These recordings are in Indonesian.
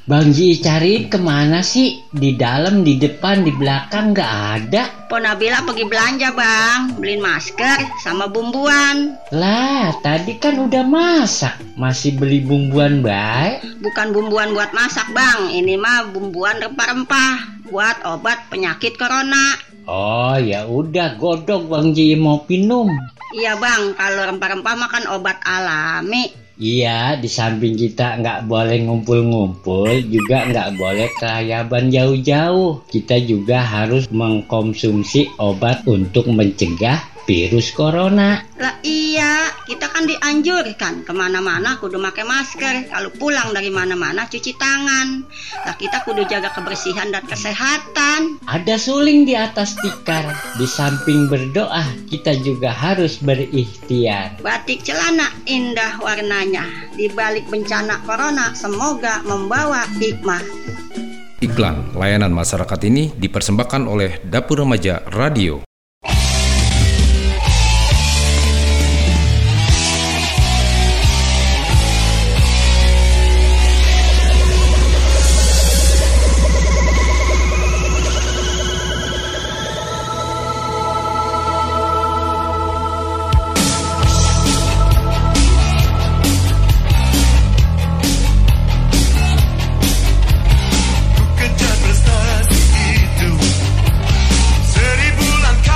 Bang Ji cari kemana sih? Di dalam, di depan, di belakang nggak ada. Po Nabila pergi belanja bang, beliin masker sama bumbuan. Lah, tadi kan udah masak, masih beli bumbuan baik. Bukan bumbuan buat masak bang, ini mah bumbuan rempah-rempah buat obat penyakit corona. Oh ya udah, godok Bang Ji mau minum. Iya bang, kalau rempah-rempah makan obat alami. Iya, di samping kita nggak boleh ngumpul-ngumpul, juga nggak boleh kelayaban jauh-jauh. Kita juga harus mengkonsumsi obat untuk mencegah virus corona. Lah iya, kita kan dianjurkan kemana-mana kudu pakai masker. Kalau pulang dari mana-mana cuci tangan. Lah kita kudu jaga kebersihan dan kesehatan. Ada suling di atas tikar. Di samping berdoa, kita juga harus berikhtiar. Batik celana indah warnanya. Di balik bencana corona, semoga membawa hikmah. Iklan layanan masyarakat ini dipersembahkan oleh Dapur Remaja Radio. Kejar prestasi hidup, 1000 langkah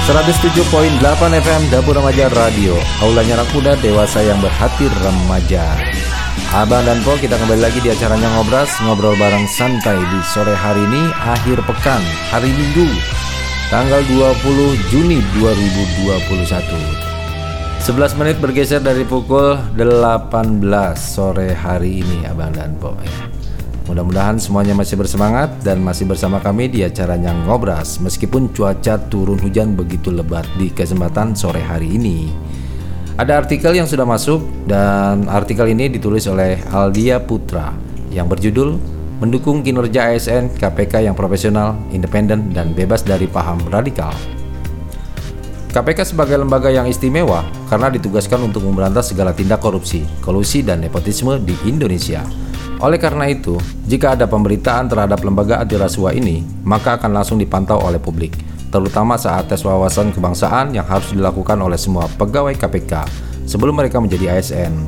107.8 FM Dapur Remaja Radio, aulanya anak muda, dewasa yang berhati remaja. Abang dan Po, kita kembali lagi di acaranya Ngobras, ngobrol bareng santai di sore hari ini, akhir pekan, hari Minggu, tanggal 20 Juni 2021. 11 menit bergeser dari pukul 18 sore hari ini, Abang dan Po. Mudah-mudahan semuanya masih bersemangat dan masih bersama kami di acaranya Ngobras, meskipun cuaca turun hujan begitu lebat di kesempatan sore hari ini. Ada artikel yang sudah masuk dan artikel ini ditulis oleh Aldia Putra yang berjudul Mendukung Kinerja ASN KPK yang Profesional, Independen, dan Bebas dari Paham Radikal. KPK sebagai lembaga yang istimewa karena ditugaskan untuk memberantas segala tindak korupsi, kolusi, dan nepotisme di Indonesia. Oleh karena itu, jika ada pemberitaan terhadap lembaga anti rasuah ini, maka akan langsung dipantau oleh publik, terutama saat tes wawasan kebangsaan yang harus dilakukan oleh semua pegawai KPK sebelum mereka menjadi ASN.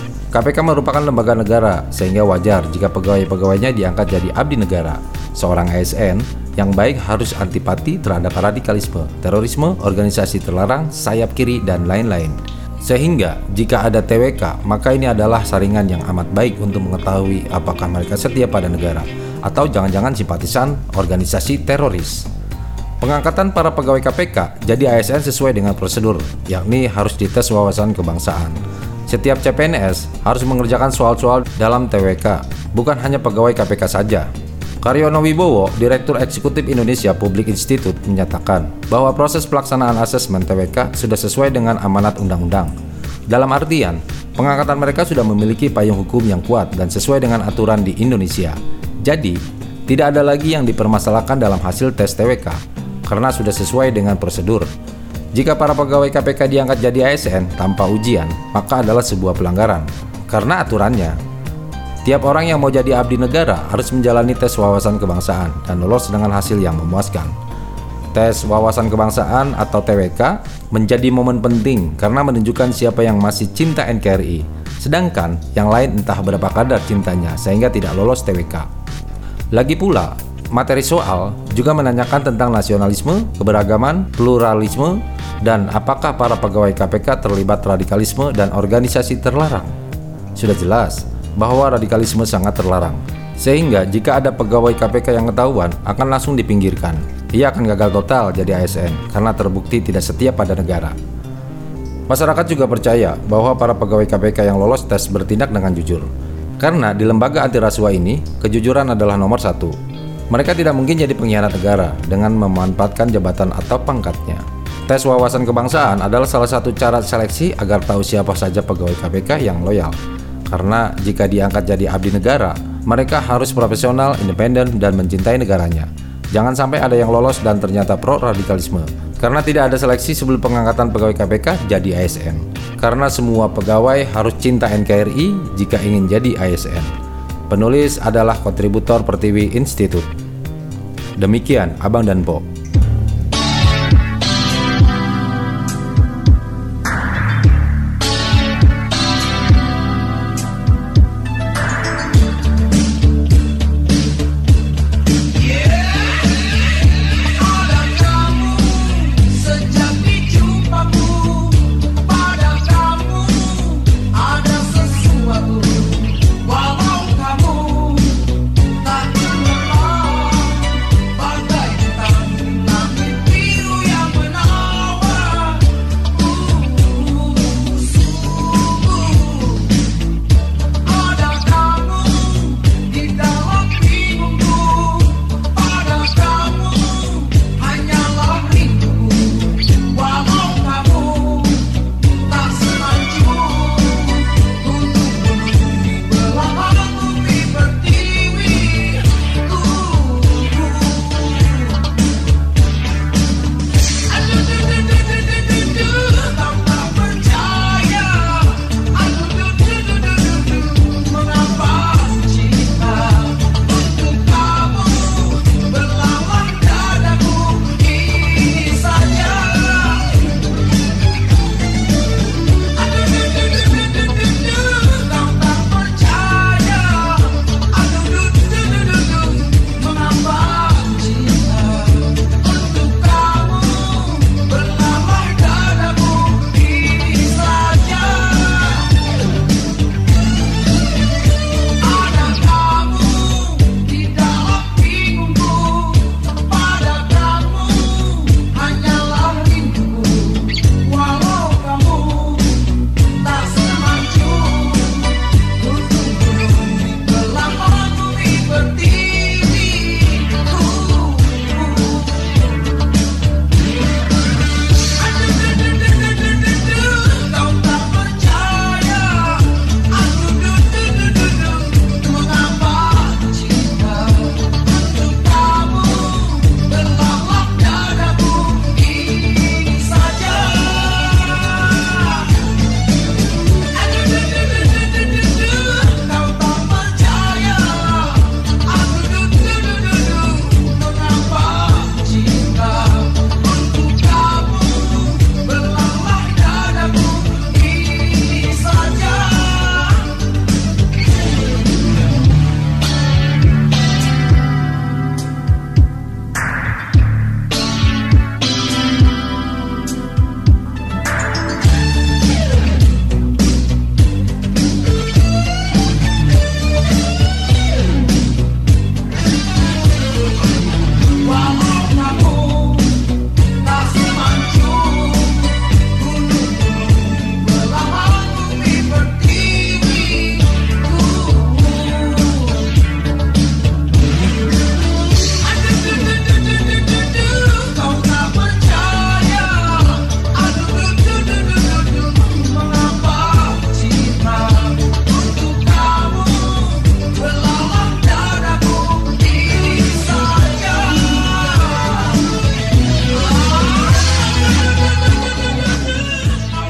KPK merupakan lembaga negara, sehingga wajar jika pegawai-pegawainya diangkat jadi abdi negara. Seorang ASN yang baik harus antipati terhadap radikalisme, terorisme, organisasi terlarang, sayap kiri, dan lain-lain. Sehingga jika ada TWK, maka ini adalah saringan yang amat baik untuk mengetahui apakah mereka setia pada negara atau jangan-jangan simpatisan organisasi teroris. Pengangkatan para pegawai KPK jadi ASN sesuai dengan prosedur, yakni harus dites wawasan kebangsaan. Setiap CPNS harus mengerjakan soal-soal dalam TWK, bukan hanya pegawai KPK saja. Karyono Wibowo, Direktur Eksekutif Indonesia Public Institute, menyatakan bahwa proses pelaksanaan asesmen TWK sudah sesuai dengan amanat undang-undang. Dalam artian, pengangkatan mereka sudah memiliki payung hukum yang kuat dan sesuai dengan aturan di Indonesia. Jadi, tidak ada lagi yang dipermasalahkan dalam hasil tes TWK, karena sudah sesuai dengan prosedur. Jika para pegawai KPK diangkat jadi ASN tanpa ujian, maka adalah sebuah pelanggaran, karena aturannya tiap orang yang mau jadi abdi negara harus menjalani tes wawasan kebangsaan dan lolos dengan hasil yang memuaskan. Tes wawasan kebangsaan atau TWK menjadi momen penting karena menunjukkan siapa yang masih cinta NKRI, sedangkan yang lain entah berapa kadar cintanya sehingga tidak lolos TWK. Lagi pula, materi soal juga menanyakan tentang nasionalisme, keberagaman, pluralisme, dan apakah para pegawai KPK terlibat radikalisme dan organisasi terlarang. Sudah jelas bahwa radikalisme sangat terlarang, sehingga jika ada pegawai KPK yang ketahuan akan langsung dipinggirkan. Ia akan gagal total jadi ASN karena terbukti tidak setia pada negara. Masyarakat juga percaya bahwa para pegawai KPK yang lolos tes bertindak dengan jujur, karena di lembaga anti rasuah ini kejujuran adalah nomor 1. Mereka tidak mungkin jadi pengkhianat negara dengan memanfaatkan jabatan atau pangkatnya. Tes wawasan kebangsaan adalah salah satu cara seleksi agar tahu siapa saja pegawai KPK yang loyal. Karena jika diangkat jadi abdi negara, mereka harus profesional, independen, dan mencintai negaranya. Jangan sampai ada yang lolos dan ternyata pro radikalisme. Karena tidak ada seleksi sebelum pengangkatan pegawai KPK jadi ASN. Karena semua pegawai harus cinta NKRI jika ingin jadi ASN. Penulis adalah kontributor Pertiwi Institute. Demikian Abang dan Po. Tak kenal bagai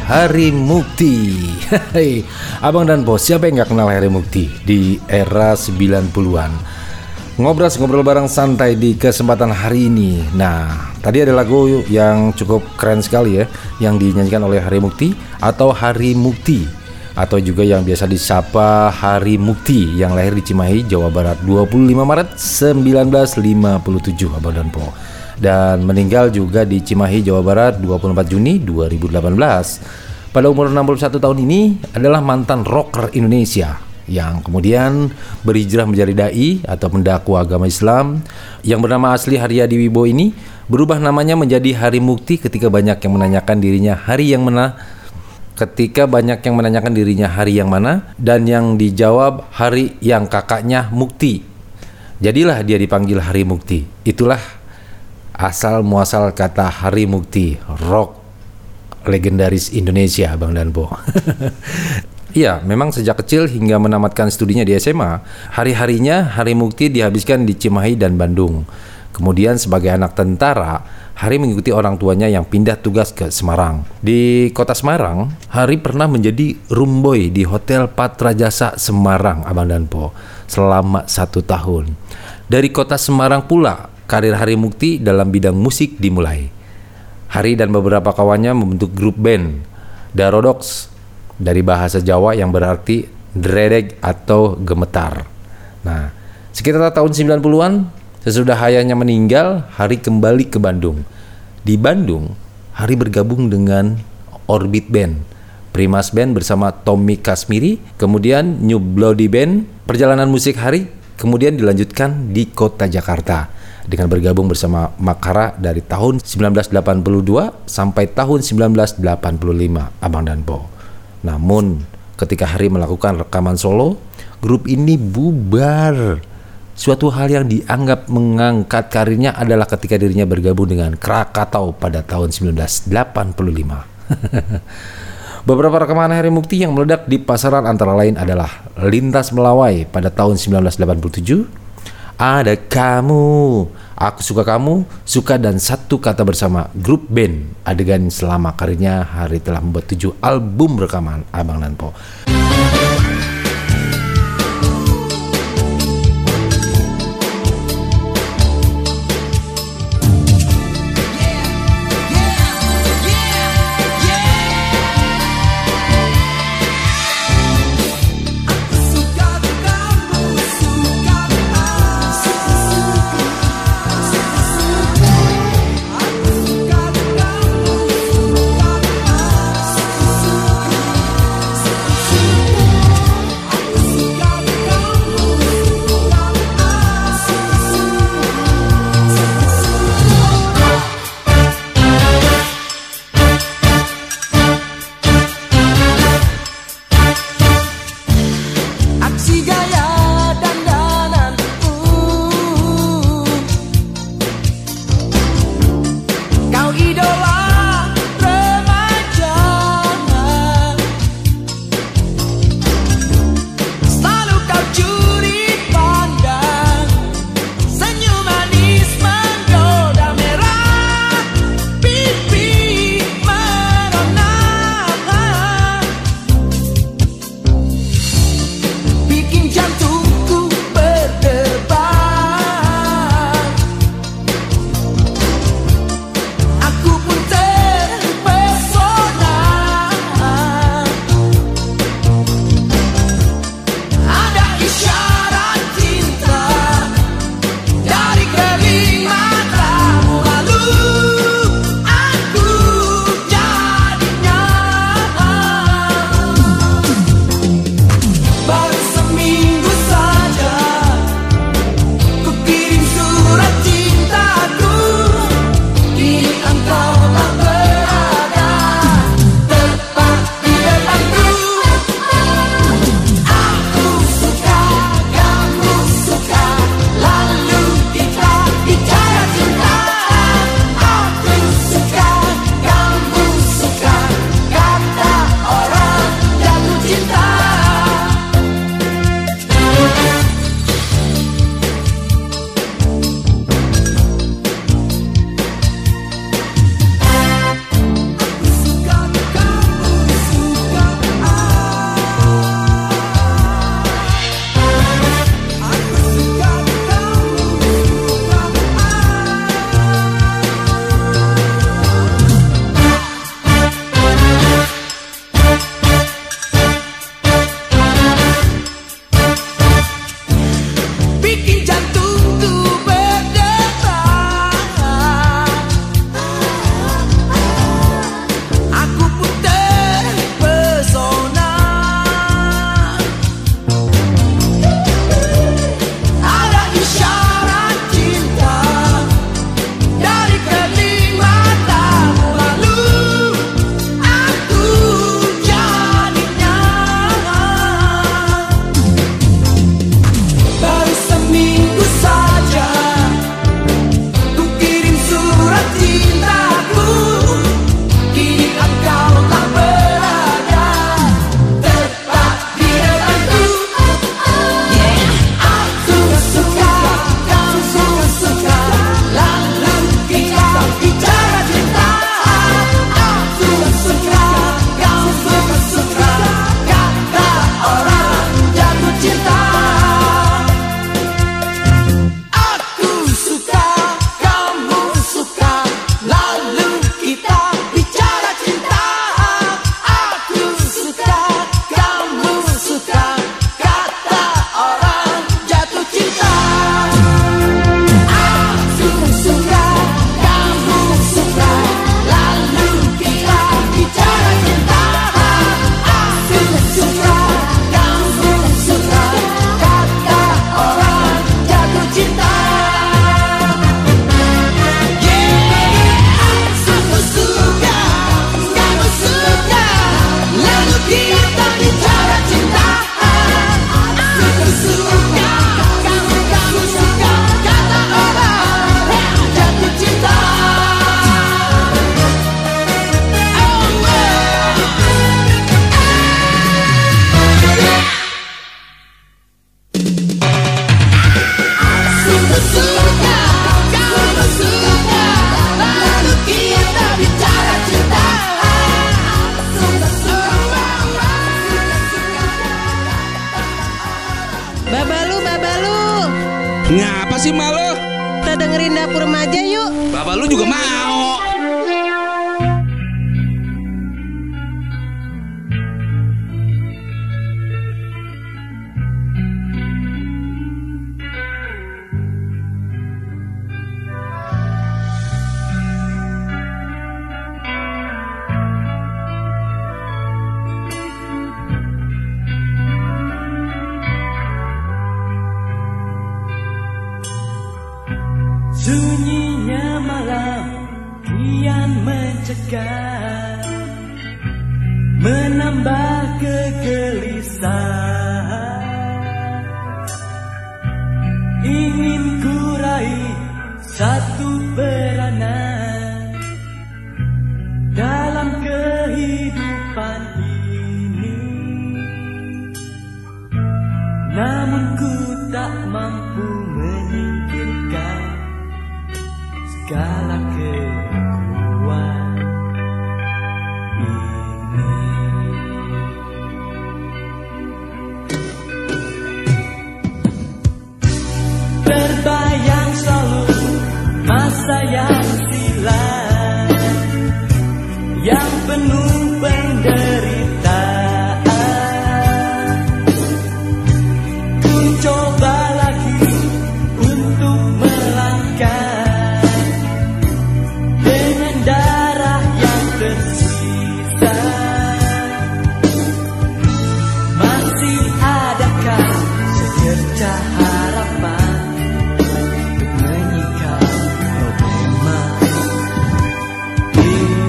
Hari Mukti. Abang dan Po, siapa yang gak kenal Hari Mukti di era 90-an? Ngobrol bareng santai di kesempatan hari ini. Nah, tadi ada lagu yang cukup keren sekali ya, yang dinyanyikan oleh Hari Mukti atau Hari Mukti, atau juga yang biasa disapa Hari Mukti, yang lahir di Cimahi, Jawa Barat 25 Maret 1957, Abang dan Po. Dan meninggal juga di Cimahi, Jawa Barat 24 Juni 2018. Pada umur 61 tahun ini adalah mantan rocker Indonesia yang kemudian berhijrah menjadi dai atau pendakwah agama Islam. Yang bernama asli Haryadi Wibowo ini berubah namanya menjadi Hari Mukti ketika banyak yang menanyakan dirinya hari yang mana, dan yang dijawab hari yang kakaknya Mukti. Jadilah dia dipanggil Hari Mukti. Itulah asal muasal kata Hari Mukti, rock legendaris Indonesia, Bang dan Po. Iya, memang sejak kecil hingga menamatkan studinya di SMA, hari-harinya Hari Mukti dihabiskan di Cimahi dan Bandung. Kemudian sebagai anak tentara, Hari mengikuti orang tuanya yang pindah tugas ke Semarang. Di kota Semarang, Hari pernah menjadi room boy di Hotel Patra Jasa Semarang, Abang dan Po, selama 1 tahun. Dari kota Semarang pula, karir Hari Mukti dalam bidang musik dimulai. Hari dan beberapa kawannya membentuk grup band Darodox, dari bahasa Jawa yang berarti dredeg atau gemetar. Nah, sekitar tahun 90-an, sesudah ayahnya meninggal, Hari kembali ke Bandung. Di Bandung, Hari bergabung dengan Orbit Band, Primas Band bersama Tommy Kasmiri, kemudian New Bloody Band. Perjalanan musik Hari kemudian dilanjutkan di kota Jakarta dengan bergabung bersama Makara dari tahun 1982 sampai tahun 1985, Abang dan Po. Namun ketika Hari melakukan rekaman solo, grup ini bubar. Suatu hal yang dianggap mengangkat karirnya adalah ketika dirinya bergabung dengan Krakatau pada tahun 1985. Beberapa rekaman Hari Mukti yang meledak di pasaran antara lain adalah Lintas Melawai pada tahun 1987, Ada Kamu, Aku Suka Kamu, Suka, dan Satu Kata Bersama, grup band adegan. Selama karirnya, Hari telah membuat 7 album rekaman, Abang dan Po. sih mak lo? Kita dengerin Dapur Remaja yuk. Bapak lu juga mau. Sunyinya malam kian mencegah, menambah kegelisahan. Ingin ku raih satu peranan dalam kehidupan ini, namun ku tak mampu menyingkirkan segala keraguan ini. Terbayang selalu masa yang silam, yang penuh penderitaan. Ku coba lagi untuk melangkah dengan darah yang tersisa. Masih adakah secerca harapan untuk menyingkap problema ini?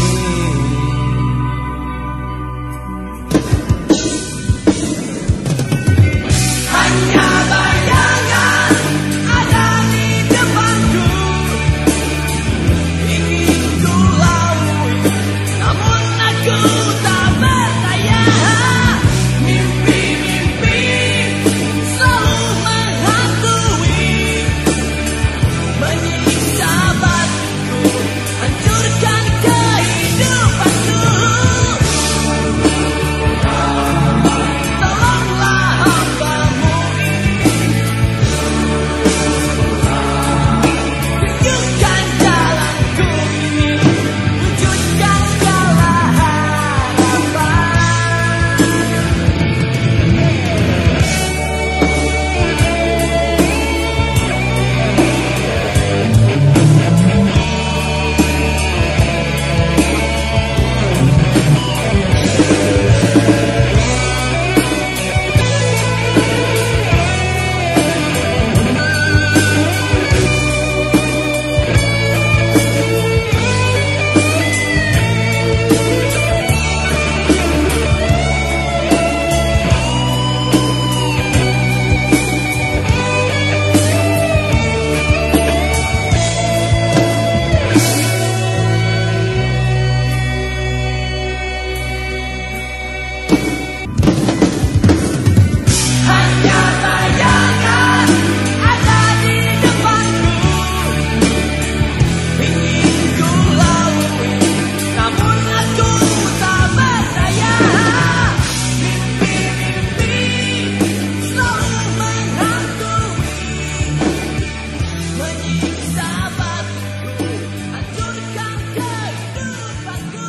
Hanya bayangan ada di depanku, ingin ku lalui, namun aku tak berdaya. Mimpi-mimpi selalu menghantui, menyiksa batinku, hancurkan kehidupanku. Tolonglah hamba-Mu ini, tunjukkan jalanku ini, wujudkan segala harapan. Hanya bayangan ada di depanku, ingin ku lalui, namun aku tak berdaya. Mimpi-mimpi selalu menghantui, menyiksa batinku, hancurkan kehidupanku.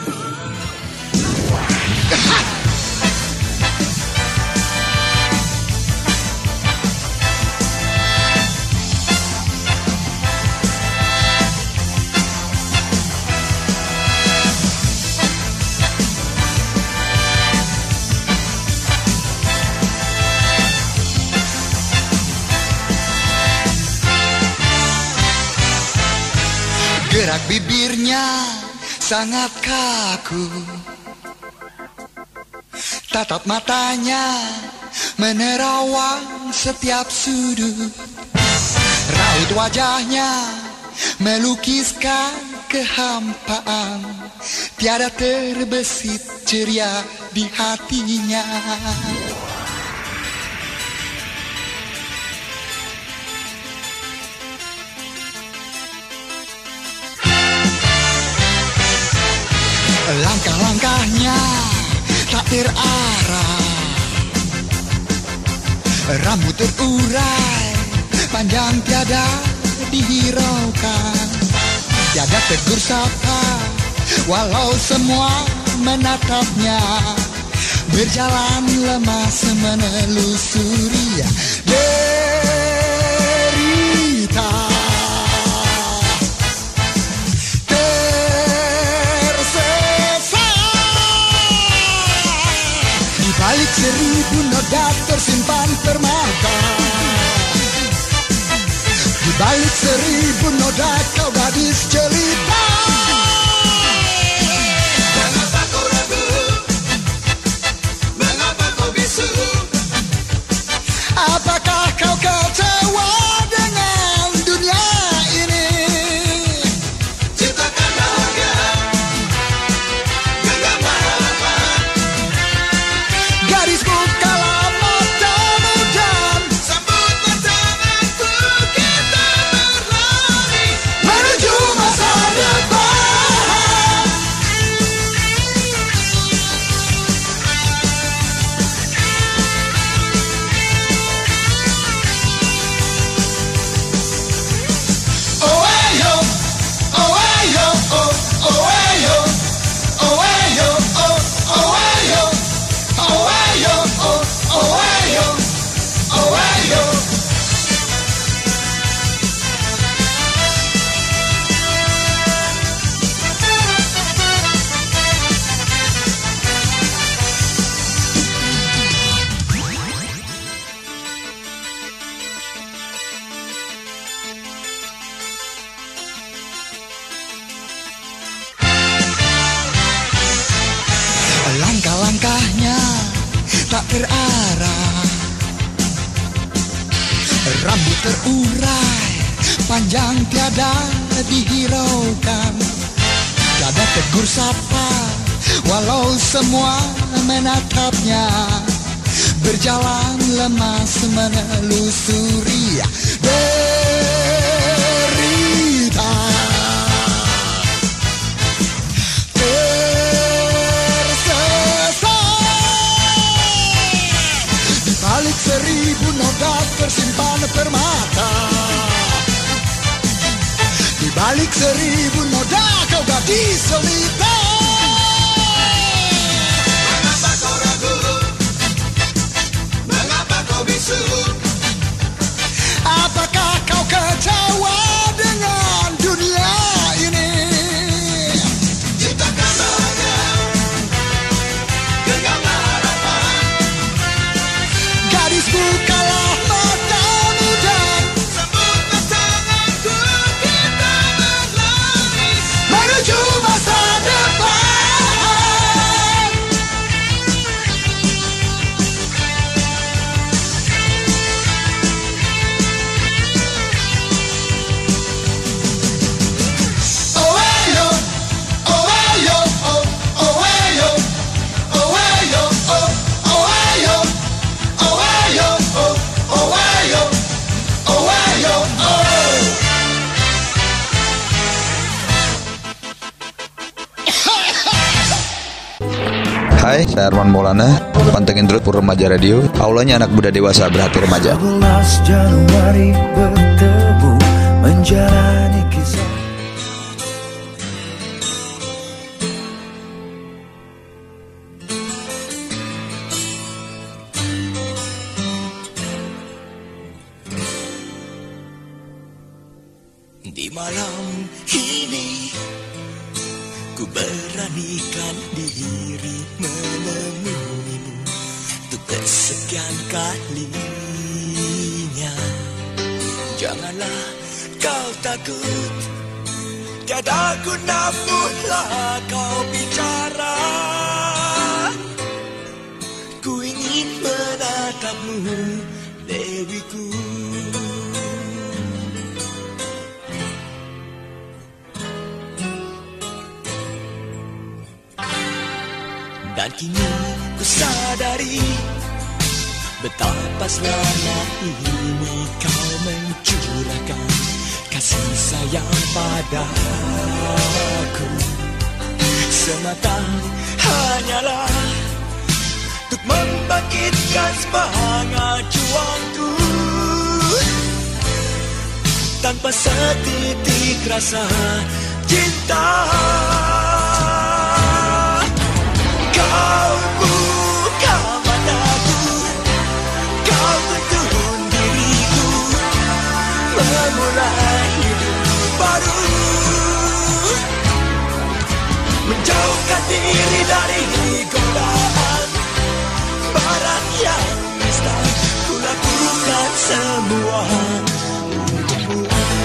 Gerak bibirnya sangat kaku, tatap matanya menerawang setiap sudut, raut wajahnya melukiskan kehampaan, tiada terbesit ceria di hatinya. Langkah-langkahnya tak terarah, rambut terurai, panjang tiada dihiraukan, tiada tegur sapa walau semua menatapnya, berjalan lemas menelusuri derita, tersesat di balik 1000 noda tersimpan permata, di balik 1000 noda kau gadis jelita. Apakah kau kecewa dengan dunia ini? Ciptakan bahagia, genggam harapan. Gadis bukalah matamu dan sambut tanganku, kita berlari menuju masa depan. Langkah-langkahnya tak terarah, rambut terurai, panjang tiada dihiraukan, tiada tegur sapa walau semua menatapnya, berjalan lemas menelusuri derita. Balik 1000 noda tersimpan permata, di balik 1000 noda kau gadis jelita. Mengapa kau ragu? Mengapa kau bisu? Apakah kau kecewa dengan dunia ini? Ciptakan bahagia, genggamlah harapan. Gadis bukalah matamu dan sambut tanganku, kita berlari menuju masa depan. Oh ayo, oh ayo, oh ayo, oh ayo, oh ayo. Oh ayo, oh, oh ayo, oh ayo, oh. Hai, saya Arman Maulana. Pantengin terus Remaja Radio, aulanya anak muda dewasa berhati remaja. 12 Januari bertemu menjalani kisah. Di malam ini ku beranikan diri menemuimu untuk kesekian kalinya. Janganlah kau takut, tiada guna pula kau bicara. Ku ingin menatapmu, Dewiku. Dan kini ku sadari betapa selama ini kau mencurahkan kasih sayang padaku. Semata hanyalah untuk membangkitkan semangat juangku. tanpa setitik rasa cinta. Kau buka mataku, kau tuntun diriku memulai hidup baru, menjauhkan diri dari godaan barat yang nista. Ku lakukan semua untukmu.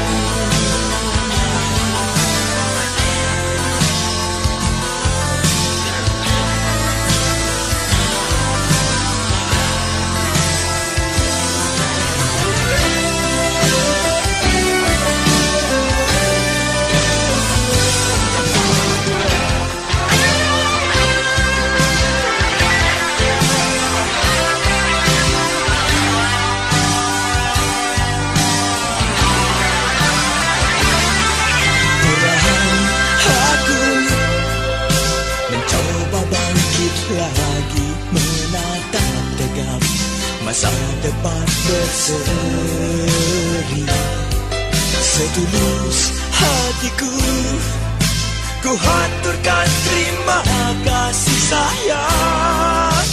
Lagi menatap tegap masa depan berseri. Setulus hatiku ku haturkan terima kasih sayang.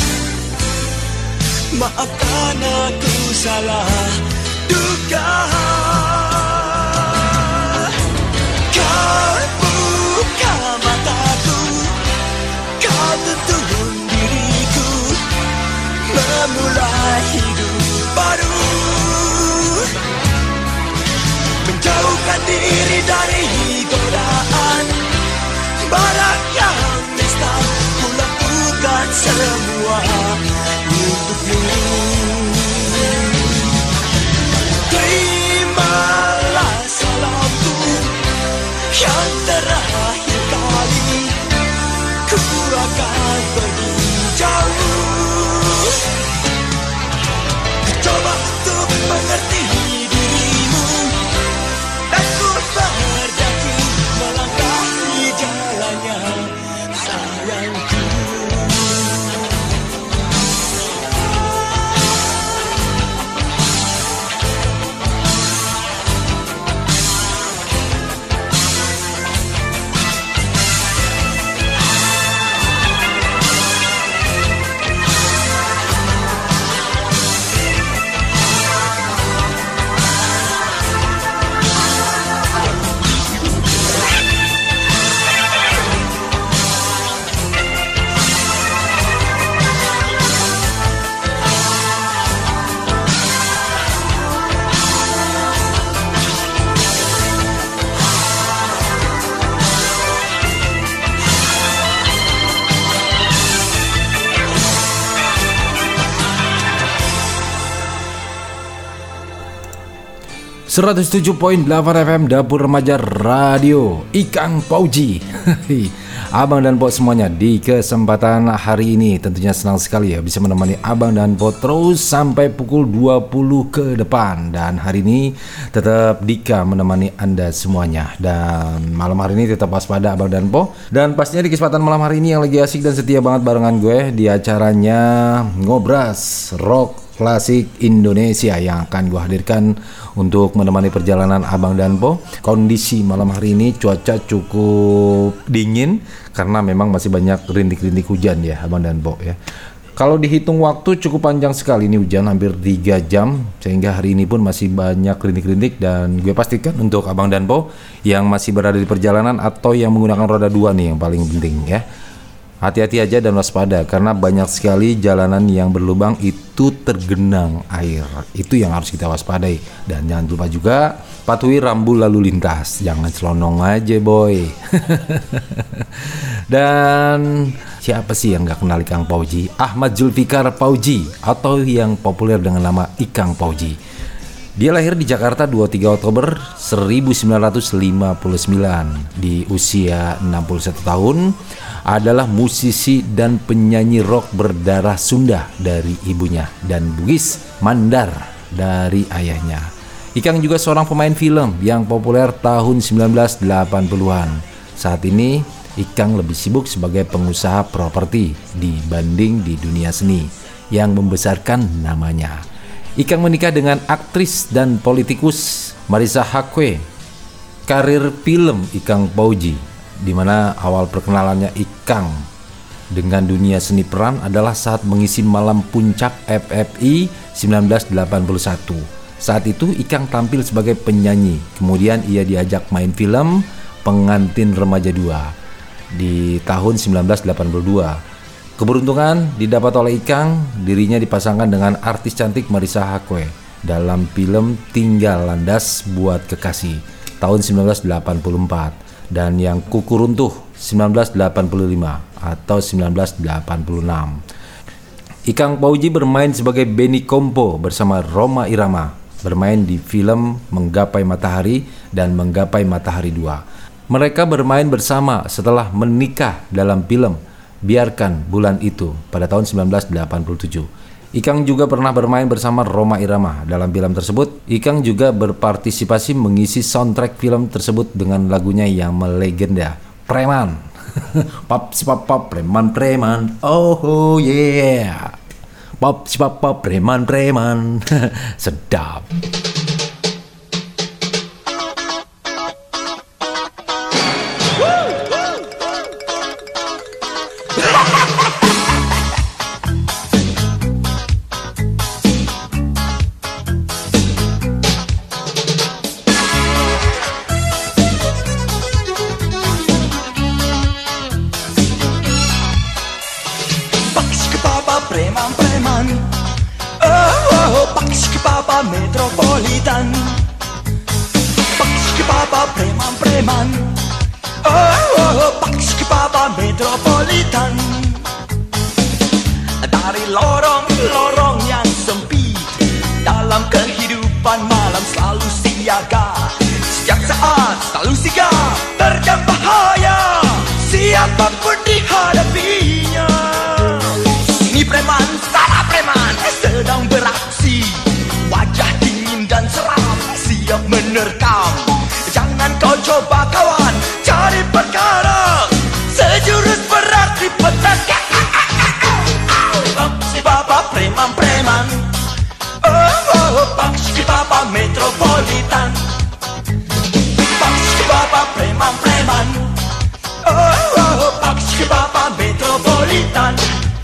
Maafkan aku salah duga. Kau buka mataku, kau tuntun diriku memulai hidup baru, menjauhkan diri dari godaan barat yang nista. Ku lakukan semua untukmu. Terimalah salamku yang terakhir kali. Ku akan pergi jauh, coba untuk mengerti dirimu, dan ku berjanji melangkahi jalannya sayangku. .7.8 FM Dapur Remaja Radio Ikang Pauji. Abang dan Po semuanya, di kesempatan hari ini tentunya senang sekali ya bisa menemani Abang dan Po terus sampai pukul 20 ke depan. Dan hari ini tetap Dika menemani Anda semuanya. Dan malam hari ini tetap waspada Abang dan Po. Dan pastinya di kesempatan malam hari ini yang lagi asik dan setia banget barengan gue di acaranya Ngobras Rock Klasik Indonesia yang akan gue hadirkan untuk menemani perjalanan Abang dan Po. Kondisi malam hari ini cuaca cukup dingin karena memang masih banyak rintik-rintik hujan ya Abang dan Po ya. Kalau dihitung waktu cukup panjang sekali ini hujan, hampir 3 jam, sehingga hari ini pun masih banyak rintik-rintik. Dan gue pastikan untuk Abang dan Po yang masih berada di perjalanan atau yang menggunakan roda 2 nih yang paling penting ya, hati-hati aja dan waspada karena banyak sekali jalanan yang berlubang itu tergenang air. Itu yang harus kita waspadai. Dan jangan lupa juga patuhi rambu lalu lintas. Jangan selonong aja boy. Dan siapa sih yang gak kenal Ikang Pauji? Ahmad Zulfikar Pauji atau yang populer dengan nama Ikang Pauji. Dia lahir di Jakarta 23 Oktober 1959 di usia 61 tahun. Adalah musisi dan penyanyi rock berdarah Sunda dari ibunya dan Bugis Mandar dari ayahnya. Ikang juga seorang pemain film yang populer tahun 1980-an. Saat ini Ikang lebih sibuk sebagai pengusaha properti dibanding di dunia seni yang membesarkan namanya. Ikang menikah dengan aktris dan politikus Marissa Haque, karir film Ikang Fauzi, di mana awal perkenalannya Ikang dengan dunia seni peran adalah saat mengisi Malam Puncak FFI 1981. Saat itu Ikang tampil sebagai penyanyi, kemudian ia diajak main film Pengantin Remaja 2 di tahun 1982. Keberuntungan didapat oleh Ikang, dirinya dipasangkan dengan artis cantik Marissa Haque dalam film Tinggal Landas Buat Kekasih tahun 1984 dan Yang Kuku Runtuh 1985 atau 1986. Ikang Fauzi bermain sebagai Benny Kompo bersama Rhoma Irama, bermain di film Menggapai Matahari dan Menggapai Matahari 2. Mereka bermain bersama setelah menikah dalam film Biarkan Bulan Itu pada tahun 1987. Ikang juga pernah bermain bersama Rhoma Irama dalam film tersebut. Ikang juga berpartisipasi mengisi soundtrack film tersebut dengan lagunya yang melegenda, Preman. Pop si pop pop preman preman, oh yeah. Pop si pop pop preman preman, sedap. Preman-preman, oh, paksi papa metropolitan. Paksi papa preman-preman, oh, paksi papa metropolitan. Dari lorong-lorong yang sempit, dalam kehidupan malam selalu siaga. Setiap saat selalu sigap, terjang bahaya, siapapun dihadapinya. Ini preman, salah preman, sedang beraksi. Wajah dingin dan seram, siap menerkam. Jangan kau coba kawan, cari perkara. Sejurus berarti petaka. Si bapak preman-preman, oh, paksi bapak metropolitan. Paksi bapak preman-preman, oh, paksi bapak metropolitan.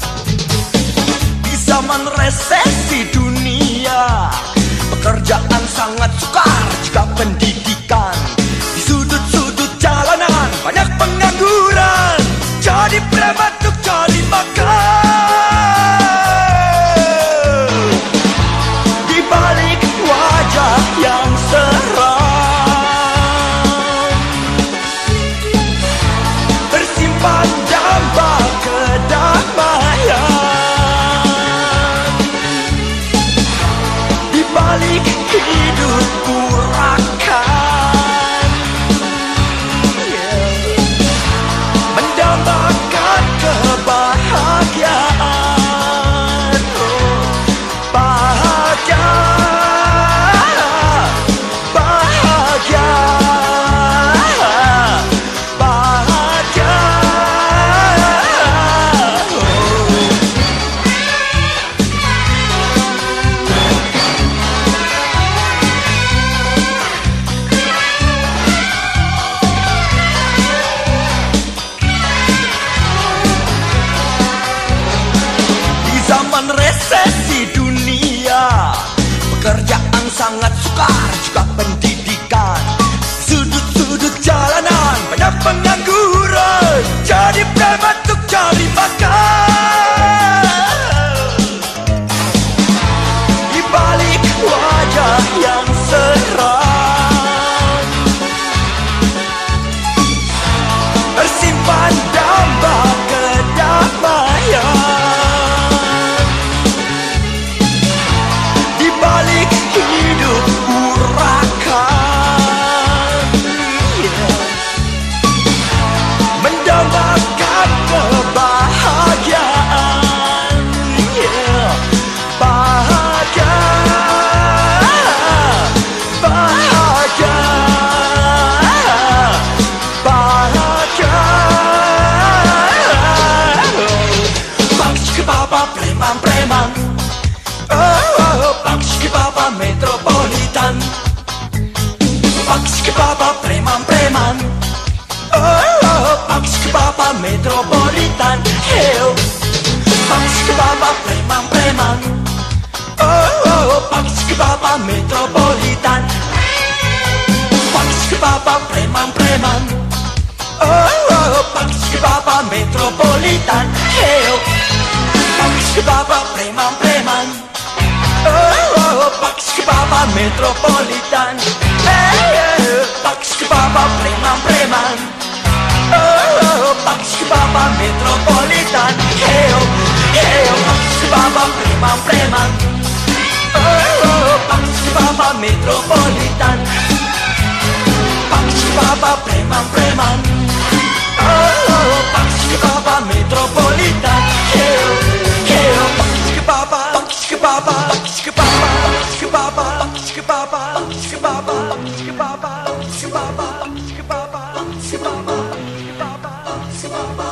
Zaman resesi dunia, pekerjaan sangat sukar juga pendidikan. Di sudut-sudut jalanan banyak pengangguran, jadi preman untuk cari makan. Di balik wajah yang seram, bersimpan damba kedamaian. Balik hidup urakan, mendambakan kebahagiaan, bahagia, bahagia, bahagia. Resesi dunia, pekerjaan sangat sukar juga pendidikan. Sudut-sudut jalanan banyak pengangguran, jadi preman untuk cari makan. Di balik wajah yang seram, tersimpan damba kedamaian. Hidup urakan, mendambakan kebahagiaan, bahagia, bahagia, bahagia. Paksi papa preman-preman, oh, paksi papa metropolitan. Paksi Papa preman-preman. Paksi Papa metropolitan. Heo. Paksi Papa preman-preman. Paksi Papa metropolitan. Paksi Papa preman-preman. Paksi Papa metropolitan. Heo. Paksi Papa preman-preman. Paksi Papa metropolitan. Paksi Papa preman-preman. Paksi Papa metropolitan. Heo, heo. Paksi Papa preman-preman. Paksi Papa metropolitan. Paksi Papa preman-preman. Paksi Papa metropolitan. Heo, heo. Paksi Papa, Paksi Papa, Paksi Papa, Paksi Papa, Paksi Papa, Paksi Papa, Paksi Papa, Paksi Papa, Paksi Papa, Paksi Papa, Paksi Papa, Paksi Papa.